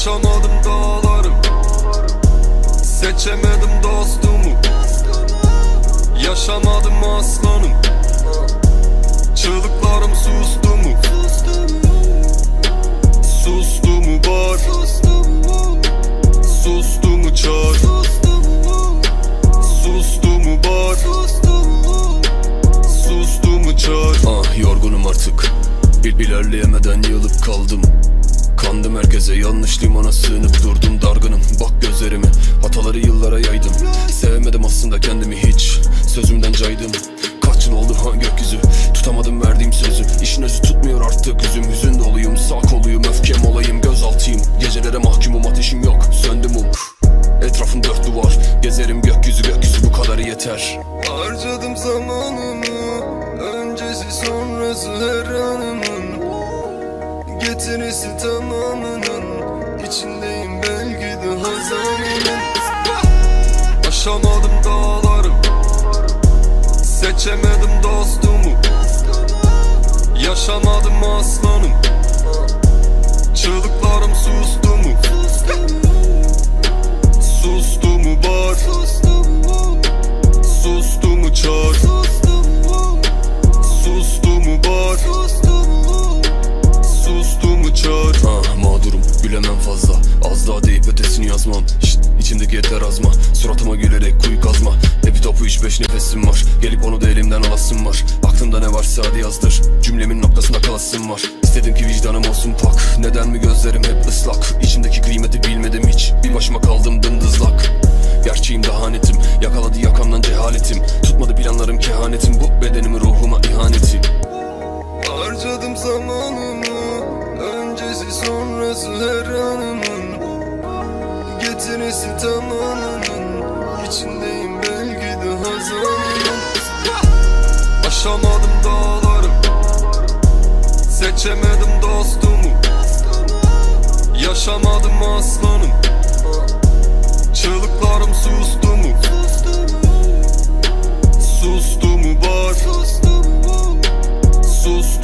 Aşamadım dağları, seçemedim dostumu. Yaşamadım aslanım, çığlıklarım sustu mu? Sustu mu bar? Sustu mu çar? Sustu mu bar? Sustu mu çar? Yorgunum artık, ilerleyemeden yığılıp kaldım. Kandım herkese, yanlış limana sığınıp durdum. Dargınım, bak gözlerime, hataları yıllara yaydım. Sevemedim aslında kendimi hiç, sözümden caydım. Kaç yıl oldu gökyüzü, tutamadım verdiğim sözü. İşin özü tutmuyor artık yüzüm, hüzün doluyum. Sağ koluyum, öfkem olayım, gözaltıyım. Gecelere mahkumum, ateşim yok, söndü mum. Etrafım dört duvar, gezerim gökyüzü bu kadarı yeter. Harcadım zamanımı, öncesi sonrası her anımın. Getirisi tamamının, içindeyim belki de hazanının. Aşamadım dağları, seçemedim dostumu. Yaşamadım aslanım, çığlıklarım sustu mu? Sustu mu bar? Sustu mu çar? Sustu mu bar? Sustu mu çar? Mağdurum, gülemem fazla, az daha deyip ötesini yazmam. İçimdeki yeter azma, suratıma gülerek kuyu kazma. Epi topu 3-5 nefesim var, gelip onu da elimden alasım var. Aklımda ne varsa hadi yazdır, cümlemin noktasında kalasım var. İstedim ki vicdanım olsun pak, neden mi gözlerim hep ıslak? İçimdeki kıymeti bilmedim hiç, bir başıma kaldım dımdızlak. Gerçeğim daha netim, yakaladı yakamdan cehaletim. Tutmadı planlarım kehanetim, bu bedenimi ruhuma ihaneti. Harcadım zamanımı, öncesi sonrası her anımın. Getirisi tamamının, içindeyim belki de hazanının. Aşamadım dağları, seçemedim dostumu. Yaşamadım aslanım, çığlıklarım sustu mu? Sustu mu bar? Sustu